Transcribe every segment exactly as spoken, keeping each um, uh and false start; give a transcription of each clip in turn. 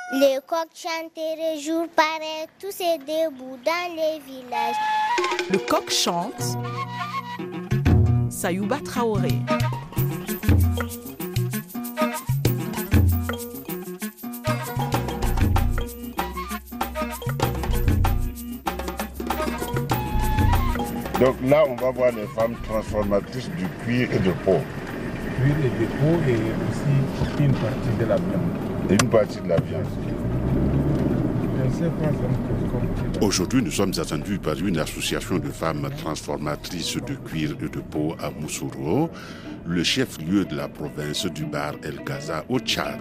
Les coqs chanteraient jour pareil, tous et debout dans les villages. Le coq chante. Sayouba Traoré. Donc là, on va voir les femmes transformatrices du cuir et de peau. Cuir et de peau et aussi une partie de la viande. Et une partie de la viande. Aujourd'hui, nous sommes attendus par une association de femmes transformatrices de cuir et de peau à Moussoro, le chef-lieu de la province du Bahr El Ghazal au Tchad.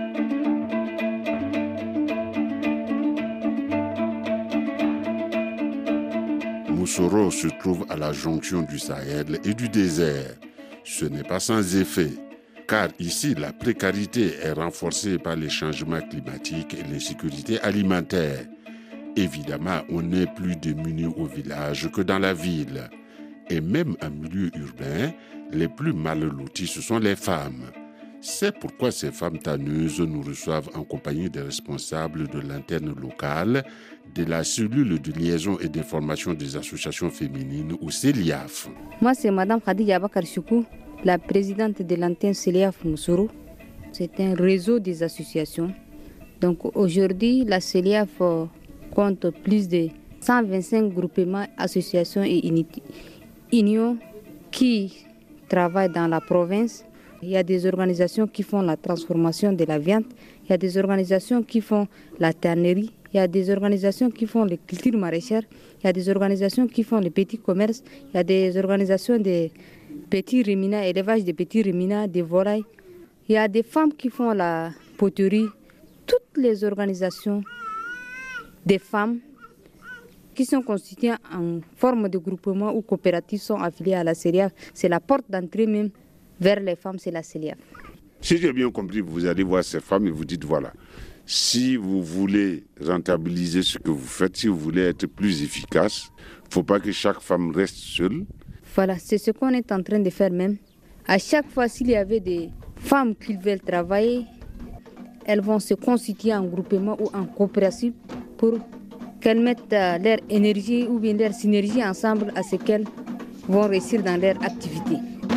Moussoro se trouve à la jonction du Sahel et du désert. Ce n'est pas sans effet, car ici, la précarité est renforcée par les changements climatiques et l'insécurité alimentaire. Évidemment, on n'est plus démunis au village que dans la ville. Et même en milieu urbain, les plus mal lotis, ce sont les femmes. C'est pourquoi ces femmes tanneuses nous reçoivent en compagnie des responsables de l'antenne locale, de la cellule de liaison et d'information des associations féminines ou CELIAF. Moi, c'est Madame Khadija Bakar Choukou, la présidente de l'antenne CELIAF Moussoro. C'est un réseau des associations. Donc aujourd'hui, la CELIAF compte plus de cent vingt-cinq groupements, associations et unions qui travaillent dans la province. Il y a des organisations qui font la transformation de la viande, il y a des organisations qui font la tannerie, il y a des organisations qui font les cultures maraîchères, il y a des organisations qui font les petits commerces, il y a des organisations de petits ruminants, élevage de petits ruminants, des volailles. Il y a des femmes qui font la poterie. Toutes les organisations des femmes qui sont constituées en forme de groupement ou coopérative sont affiliées à la CELIAF. C'est la porte d'entrée même vers les femmes, c'est la CELIAF. Si j'ai bien compris, vous allez voir ces femmes et vous dites voilà, si vous voulez rentabiliser ce que vous faites, si vous voulez être plus efficace, il ne faut pas que chaque femme reste seule. Voilà, c'est ce qu'on est en train de faire même. À chaque fois, s'il y avait des femmes qui veulent travailler, elles vont se constituer en groupement ou en coopérative pour qu'elles mettent leur énergie ou bien leur synergie ensemble à ce qu'elles vont réussir dans leur activité.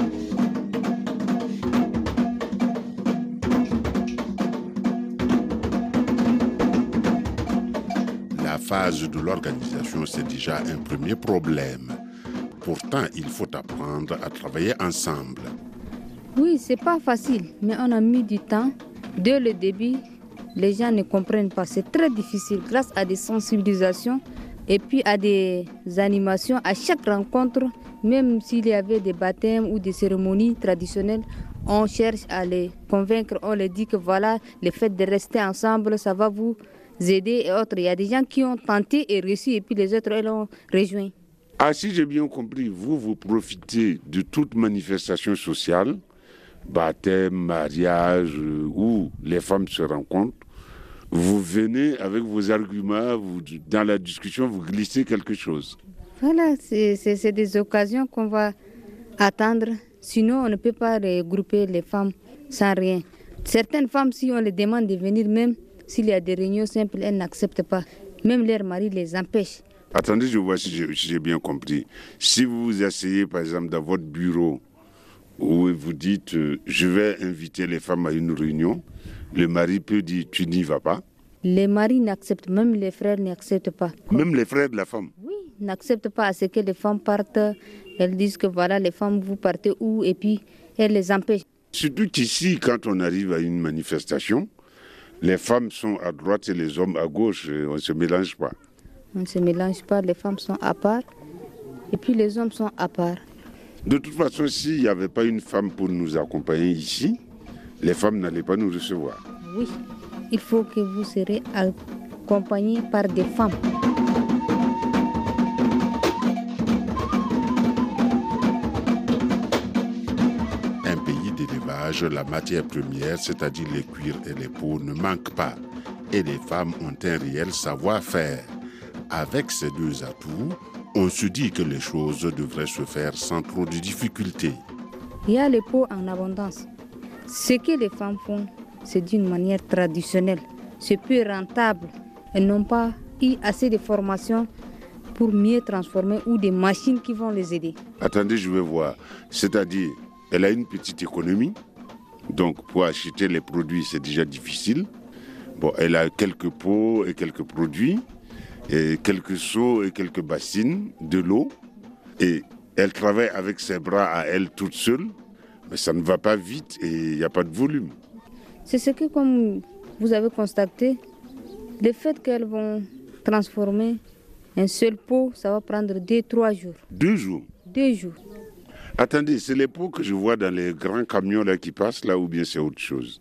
La phase de l'organisation, c'est déjà un premier problème. Pourtant, il faut apprendre à travailler ensemble. Oui, c'est pas facile, mais on a mis du temps. Dès le début, les gens ne comprennent pas. C'est très difficile grâce à des sensibilisations et puis à des animations. À chaque rencontre, même s'il y avait des baptêmes ou des cérémonies traditionnelles, on cherche à les convaincre. On leur dit que voilà, le fait de rester ensemble, ça va vous aider et autres. Il y a des gens qui ont tenté et réussi et puis les autres, elles ont rejoint. Ah, si j'ai bien compris, vous, vous profitez de toute manifestation sociale, baptême, mariage, euh, où les femmes se rencontrent. Vous venez avec vos arguments, vous, dans la discussion, vous glissez quelque chose. Voilà, c'est, c'est, c'est des occasions qu'on va attendre. Sinon, on ne peut pas regrouper les femmes sans rien. Certaines femmes, si on les demande de venir, même s'il y a des réunions simples, elles n'acceptent pas. Même leur mari les empêche. Attendez, je vois si j'ai, si j'ai bien compris. Si vous vous asseyez, par exemple, dans votre bureau, où vous dites euh, « je vais inviter les femmes à une réunion », le mari peut dire « tu n'y vas pas ». Les maris n'acceptent, même les frères n'acceptent pas. Même les frères de la femme? Oui, n'acceptent pas à ce que les femmes partent. Elles disent que voilà, les femmes, vous partez où? Et puis, elles les empêchent. Surtout ici, quand on arrive à une manifestation, les femmes sont à droite et les hommes à gauche. On ne se mélange pas. On ne se mélange pas, les femmes sont à part. Et puis, les hommes sont à part. De toute façon, s'il n'y avait pas une femme pour nous accompagner ici, les femmes n'allaient pas nous recevoir. Oui, il faut que vous serez accompagnés par des femmes. Un pays d'élevage, la matière première, c'est-à-dire les cuirs et les peaux, ne manque pas. Et les femmes ont un réel savoir-faire. Avec ces deux atouts, on se dit que les choses devraient se faire sans trop de difficultés. Il y a les peaux en abondance. Ce que les femmes font, c'est d'une manière traditionnelle. c'est peu rentable. Elles n'ont pas eu assez de formation pour mieux transformer ou des machines qui vont les aider. Attendez, je vais voir. C'est-à-dire, elle a une petite économie, donc pour acheter les produits, c'est déjà difficile. Bon, elle a quelques pots et quelques produits, et quelques seaux et quelques bassines, de l'eau, et elle travaille avec ses bras à elle toute seule, mais ça ne va pas vite et il n'y a pas de volume. C'est ce que, comme vous avez constaté, le fait qu'elles vont transformer un seul pot, ça va prendre deux, trois jours. Deux jours Deux jours. Attendez, c'est les pots que je vois dans les grands camions là qui passent là ou bien c'est autre chose?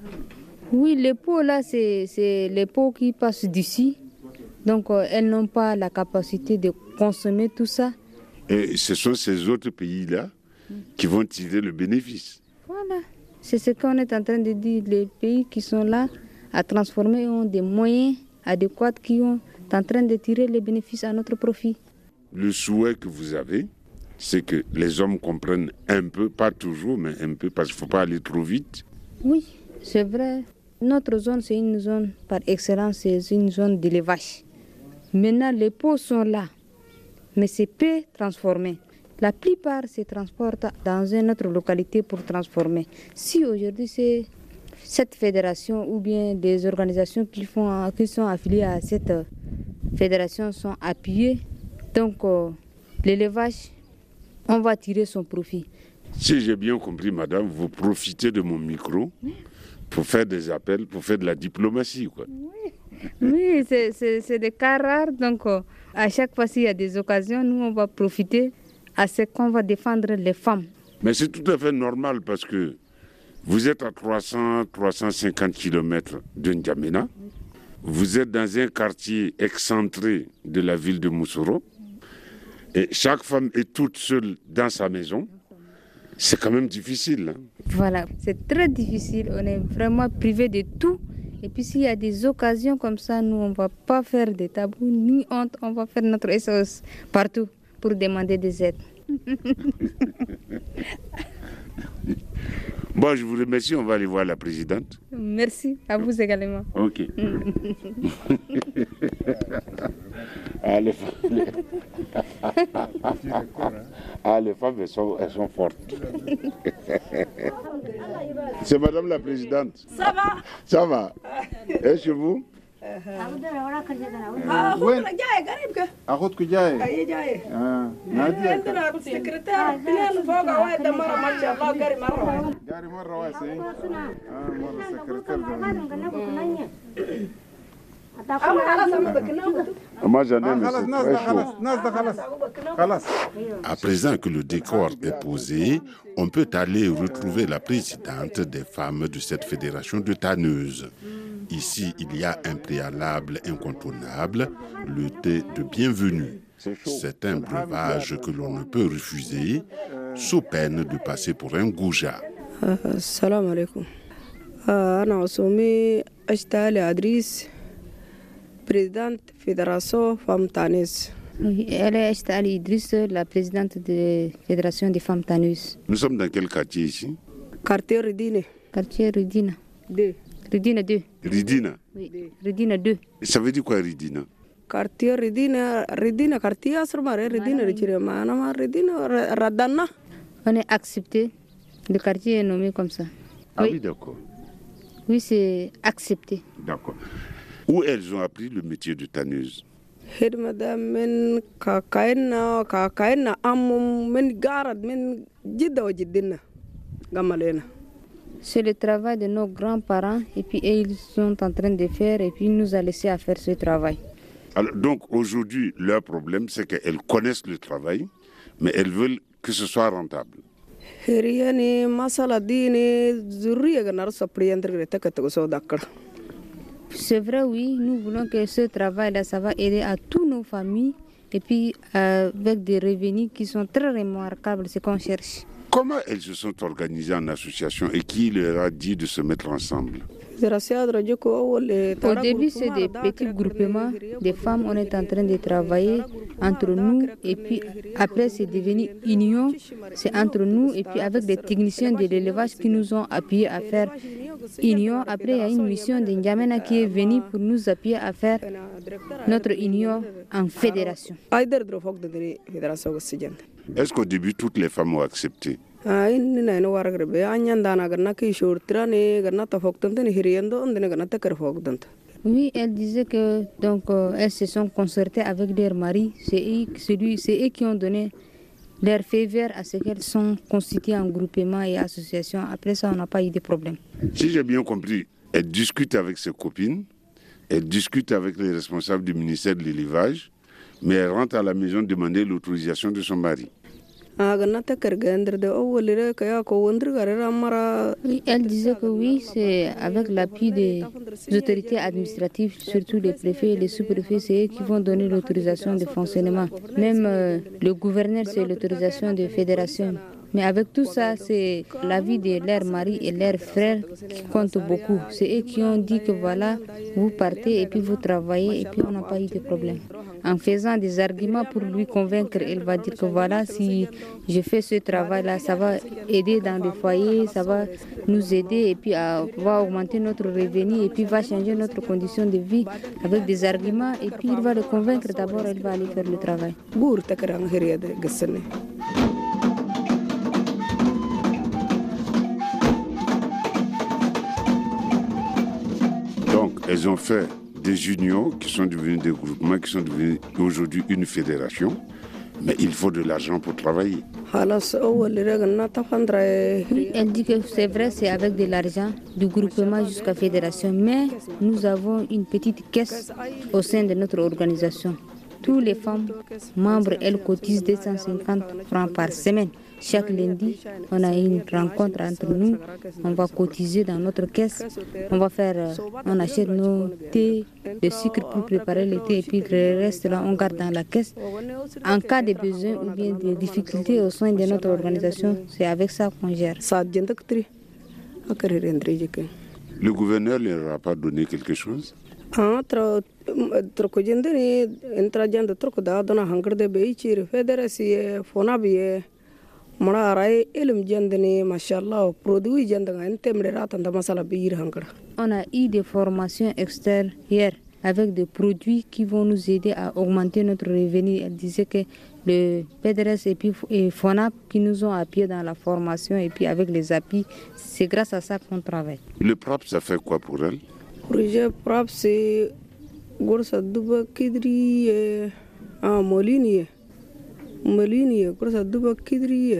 Oui, les pots là, c'est, c'est les pots qui passent d'ici. Donc euh, elles n'ont pas la capacité de consommer tout ça. Et ce sont ces autres pays-là qui vont tirer le bénéfice. Voilà, c'est ce qu'on est en train de dire. Les pays qui sont là à transformer ont des moyens adéquats qui sont en train de tirer les bénéfices à notre profit. Le souhait que vous avez, c'est que les hommes comprennent un peu, pas toujours, mais un peu, parce qu'il ne faut pas aller trop vite. Oui, c'est vrai. Notre zone, c'est une zone par excellence, c'est une zone d'élevage. Maintenant, les pots sont là, mais c'est peu transformé. La plupart se transportent dans une autre localité pour transformer. Si aujourd'hui, c'est cette fédération ou bien des organisations qui, font, qui sont affiliées à cette fédération sont appuyées, donc euh, l'élevage, on va tirer son profit. Si j'ai bien compris, madame, vous profitez de mon micro pour faire des appels, pour faire de la diplomatie, quoi. Oui, oui c'est, c'est, c'est des cas rares. Donc, euh, à chaque fois, s'il y a des occasions, nous, on va profiter à ce qu'on va défendre les femmes. Mais c'est tout à fait normal parce que vous êtes à trois cents à trois cent cinquante kilomètres de N'Djamena. Vous êtes dans un quartier excentré de la ville de Moussoro. Et chaque femme est toute seule dans sa maison. C'est quand même difficile. Hein? Voilà, c'est très difficile. On est vraiment privé de tout. Et puis s'il y a des occasions comme ça, nous, on ne va pas faire de tabou ni honte. On va faire notre S O S partout pour demander des aides. Bon, je vous remercie. On va aller voir la présidente. Merci, à vous également. Ok. Ah, les femmes, les... ah, les femmes elles, sont, elles sont fortes. C'est madame la présidente. Ça va? Ça va. Et chez vous? وين؟ جاي قريب كده. اخوك جاي؟ اي جاي. اه نادي. عندنا السكرتير بلال فوق واحد مره ما شاء الله قري مره واحد. قاري مره واسع. اه مره السكرتير. À présent que le décor est posé, on peut aller retrouver la présidente des femmes de cette fédération de tanneuses. Ici, il y a un préalable incontournable, le thé de bienvenue. C'est un breuvage que l'on ne peut refuser, sous peine de passer pour un goujat. Salam alaikum. Ana Osoumi Ashtali Adris, présidente de la Fédération Femmes Tanneuses. Oui, elle est Ashtali Idriss, la présidente de la Fédération des Femmes Tanneuses. Nous sommes dans quel quartier ici? Quartier Ridine. Quartier Ridina. deux. Ridina deux. Ridina? Oui, Ridina deux. Ça veut dire quoi Ridina? Quartier Ridina, Ridina, quartier Asrmare, Ridina, Ridina, Ridina, Radana. On est accepté, le quartier est nommé comme ça. Ah oui, oui, d'accord. Oui, c'est accepté. D'accord. Où elles ont appris le métier de tanneuse? من كاكاينا كاكاينا أم من جارد من جدة وجدنا جمالنا. C'est le travail de nos grands-parents et puis ils sont en train de faire et puis ils nous a laissé à faire ce travail. Alors, donc aujourd'hui, leur problème, c'est qu'elles connaissent le travail, mais elles veulent que ce soit rentable. هرياني مسألة ديني ذرية جنار سبري أنتر تكتك سوداكر. C'est vrai, oui, nous voulons que ce travail-là, ça va aider à toutes nos familles et puis euh, avec des revenus qui sont très remarquables, c'est qu'on cherche. Comment elles se sont organisées en association et qui leur a dit de se mettre ensemble? Au début, c'est des petits groupements de femmes. On est en train de travailler entre nous et puis après, c'est devenu union. C'est entre nous et puis avec des techniciens de l'élevage qui nous ont appuyés à faire union. Après, il y a une mission de N'Djamena qui est venue pour nous appuyer à faire notre union en fédération. Est-ce qu'au début, toutes les femmes ont accepté? Oui, elle disait que donc euh, elles se sont concertées avec leurs maris. C'est eux, celui, c'est eux qui ont donné leur feu vert à ce qu'elles sont constituées en groupement et associations. Après ça, on n'a pas eu de problème. Si j'ai bien compris, elle discute avec ses copines, elle discute avec les responsables du ministère de l'élevage, mais elle rentre à la maison demander l'autorisation de son mari. Oui, elle disait que oui, c'est avec l'appui des autorités administratives, surtout les préfets et les sous-préfets, c'est eux qui vont donner l'autorisation de fonctionnement. Même euh, le gouverneur, c'est l'autorisation de fédération. Mais avec tout ça, c'est l'avis de leurs maris et leurs frères qui compte beaucoup. C'est eux qui ont dit que voilà, vous partez et puis vous travaillez et puis on n'a pas eu de problème. En faisant des arguments pour lui convaincre, elle va dire que voilà, si je fais ce travail-là, ça va aider dans le foyer, ça va nous aider et puis à, va augmenter notre revenu et puis va changer notre condition de vie avec des arguments et puis il va le convaincre d'abord, elle va aller faire le travail. Donc, elles ont fait des unions qui sont devenues des groupements, qui sont devenus aujourd'hui une fédération. Mais il faut de l'argent pour travailler. Oui, elle dit que c'est vrai, c'est avec de l'argent, du groupement jusqu'à fédération. Mais nous avons une petite caisse au sein de notre organisation. Toutes les femmes membres, elles cotisent deux cent cinquante francs par semaine. Chaque lundi, on a une rencontre entre nous. On va cotiser dans notre caisse. On va faire, on achète nos thés, le sucre pour préparer le thé et puis le reste là, on garde dans la caisse. En cas de besoin ou bien de difficultés au sein de notre organisation, c'est avec ça qu'on gère. Le gouverneur ne leur a pas donné quelque chose? On a eu des formations extérieures avec des produits qui vont nous aider à augmenter notre revenu. Elle disait que le P D R S et puis et FONAP qui nous ont appuyés dans la formation et puis avec les appuis, c'est grâce à ça qu'on travaille. Le P R A P, ça fait quoi pour elle? Le projet P R A P, c'est Gorsa Duba Kidri à Molini. Molini, Gorsa Duba Kidri.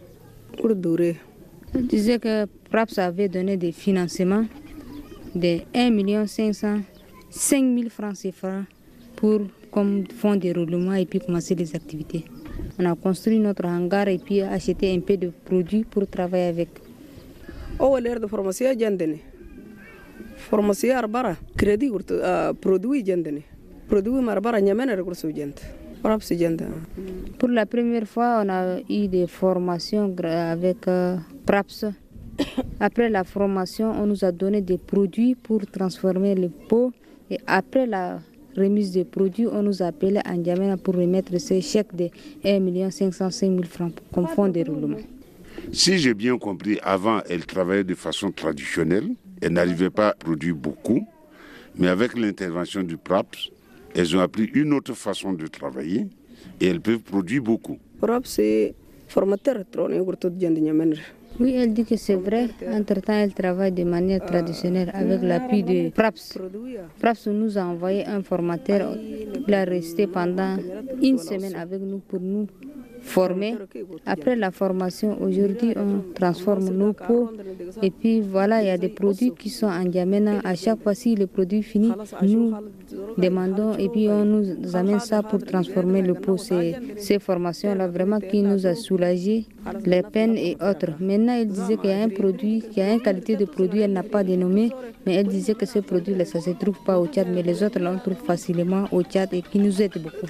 Elle disait que P R A P avait donné des financements de un million cinq cent cinq mille francs C F A pour comme fonds de roulement et puis commencer les activités. On a construit notre hangar et puis acheté un peu de produits pour travailler avec. Oh, l'air de formation jandene. Formation arbara, crédit produit jandene. Produit marbara nyamena recurso jand. Pour la première fois, on a eu des formations avec euh, P R A P S. Après la formation, on nous a donné des produits pour transformer les pots. Et après la remise des produits, on nous a appelé à N'Djamena pour remettre ces chèques de un million cinq cent cinq mille francs comme fonds de roulement. Si j'ai bien compris, avant, elle travaillait de façon traditionnelle. Elle n'arrivait pas à produire beaucoup. Mais avec l'intervention du P R A P S, elles ont appris une autre façon de travailler et elles peuvent produire beaucoup. P R A P S, c'est formateur. Oui, elle dit que c'est vrai. Entre-temps, elle travaille de manière traditionnelle avec l'appui de P R A P S. P R A P S nous a envoyé un formateur. Il a resté pendant une semaine avec nous pour nous former. Après la formation, aujourd'hui, on transforme nos pots. Et puis voilà, il y a des produits qui sont en N'Djamena. À chaque fois, si le produit finit, nous demandons et puis on nous amène ça pour transformer le pot. C'est ces formations-là vraiment qui nous a soulagé les peines et autres. Maintenant, elle disait qu'il y a un produit, qu'il y a une qualité de produit, elle n'a pas dénommé, mais elle disait que ce produit-là, ça ne se trouve pas au Tchad, mais les autres, là, on trouve facilement au Tchad et qui nous aide beaucoup.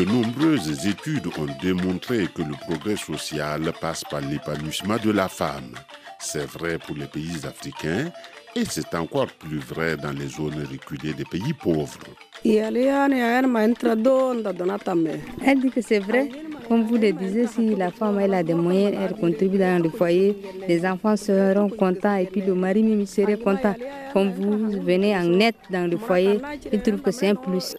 De nombreuses études ont démontré que le progrès social passe par l'épanouissement de la femme. C'est vrai pour les pays africains et c'est encore plus vrai dans les zones reculées des pays pauvres. Elle dit que c'est vrai. Comme vous le disiez, si la femme elle a des moyens, elle contribue dans le foyer, les enfants seront contents et puis le mari même serait content. Comme vous venez en aide dans le foyer, il trouve que c'est un plus.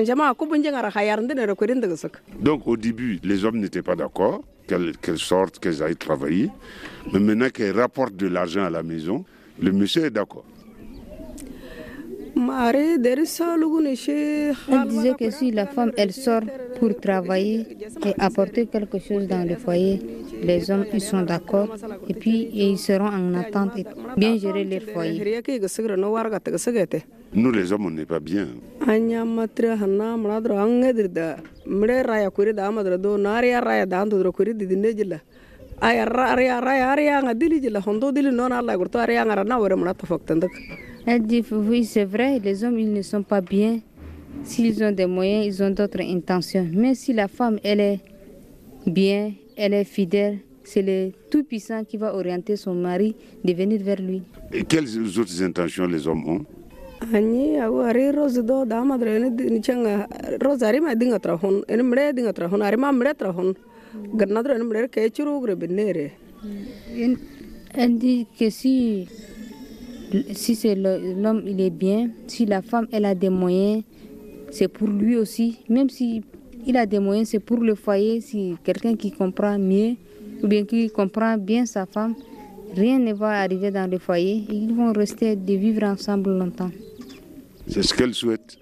Donc au début, les hommes n'étaient pas d'accord qu'elles, qu'elles sortent, qu'elles aillent travailler. Mais maintenant qu'elles rapportent de l'argent à la maison, le monsieur est d'accord. Elle disait que si la femme elle sort pour travailler et apporter quelque chose dans le foyer, les hommes ils sont d'accord et puis ils seront en attente et bien gérer leur foyer. Nous les hommes on n'est pas bien. Elle dit oui c'est vrai, les hommes ils ne sont pas bien. S'ils ont des moyens, ils ont d'autres intentions. Mais si la femme elle est bien, elle est fidèle, c'est le Tout-Puissant qui va orienter son mari de venir vers lui. Et quelles autres intentions les hommes ont? Elle dit que si, si c'est l'homme il est bien, si la femme elle a des moyens, c'est pour lui aussi. Même si il a des moyens, c'est pour le foyer. Si quelqu'un qui comprend mieux ou bien qui comprend bien sa femme, rien ne va arriver dans le foyer. Ils vont rester de vivre ensemble longtemps. C'est ce qu'elle souhaite.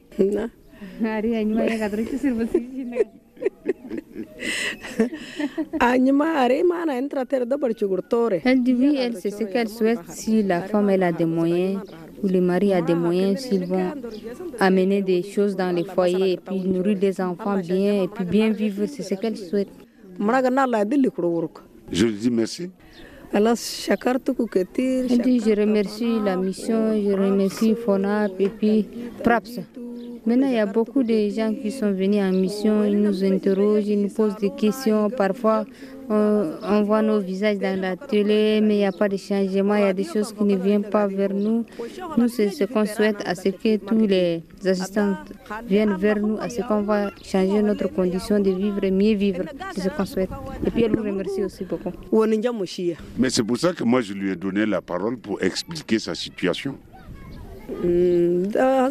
Elle dit oui, elle, c'est ce qu'elle souhaite. Si la femme elle a des moyens, ou le mari a des moyens, s'ils vont amener des choses dans les foyers et puis nourrir des enfants bien et puis bien vivre, c'est ce qu'elle souhaite. Je lui dis merci. Elle dit je remercie la mission, je remercie FONAP et puis PRAPS. Maintenant, il y a beaucoup de gens qui sont venus en mission, ils nous interrogent, ils nous posent des questions. Parfois, on, on voit nos visages dans la télé, mais il n'y a pas de changement, il y a des choses qui ne viennent pas vers nous. Nous, c'est ce qu'on souhaite, à ce que tous les assistants viennent vers nous, à ce qu'on va changer notre condition de vivre et mieux vivre. C'est ce qu'on souhaite. Et puis, elle nous remercie aussi beaucoup. Mais c'est pour ça que moi, je lui ai donné la parole pour expliquer sa situation. Elle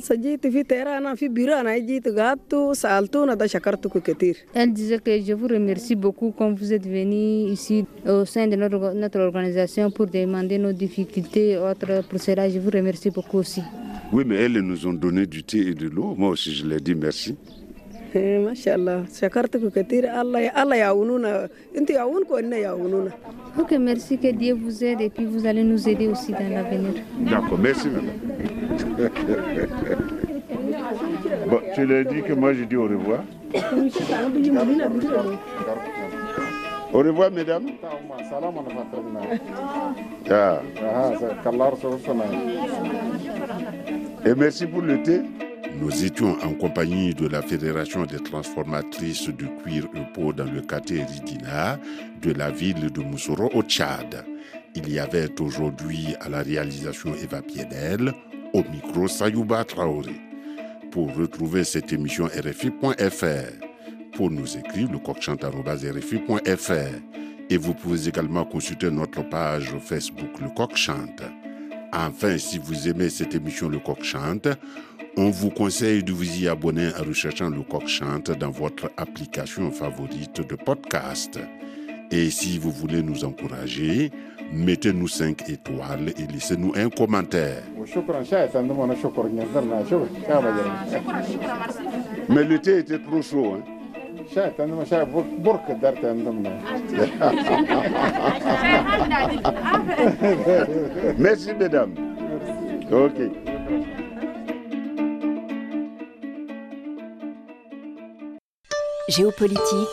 disait que je vous remercie beaucoup quand vous êtes venus ici au sein de notre, notre organisation pour demander nos difficultés et autres. Pour cela, je vous remercie beaucoup aussi. Oui, mais elles nous ont donné du thé et de l'eau. Moi aussi, je leur dis merci. Ok, merci, que Dieu vous aide et puis vous allez nous aider aussi dans l'avenir. D'accord, merci madame. Bon, tu leur dis que moi je dis au revoir. Au revoir mesdames. Ah. Et merci pour le thé. Nous étions en compagnie de la Fédération des transformatrices de cuir et peau dans le quartier Ridina de la ville de Moussoro au Tchad. Il y avait aujourd'hui à la réalisation Eva Piedel, au micro Sayouba Traoré. Pour retrouver cette émission R F I point F R, pour nous écrire le coq-chante arobase R F I point F R et vous pouvez également consulter notre page Facebook Le Coq Chante. Enfin, si vous aimez cette émission Le Coq Chante, on vous conseille de vous y abonner en recherchant Le Coq Chante dans votre application favorite de podcast. Et si vous voulez nous encourager, mettez-nous cinq étoiles et laissez-nous un commentaire. Mais le thé était trop chaud. Hein? Merci mesdames. Ok. Géopolitique,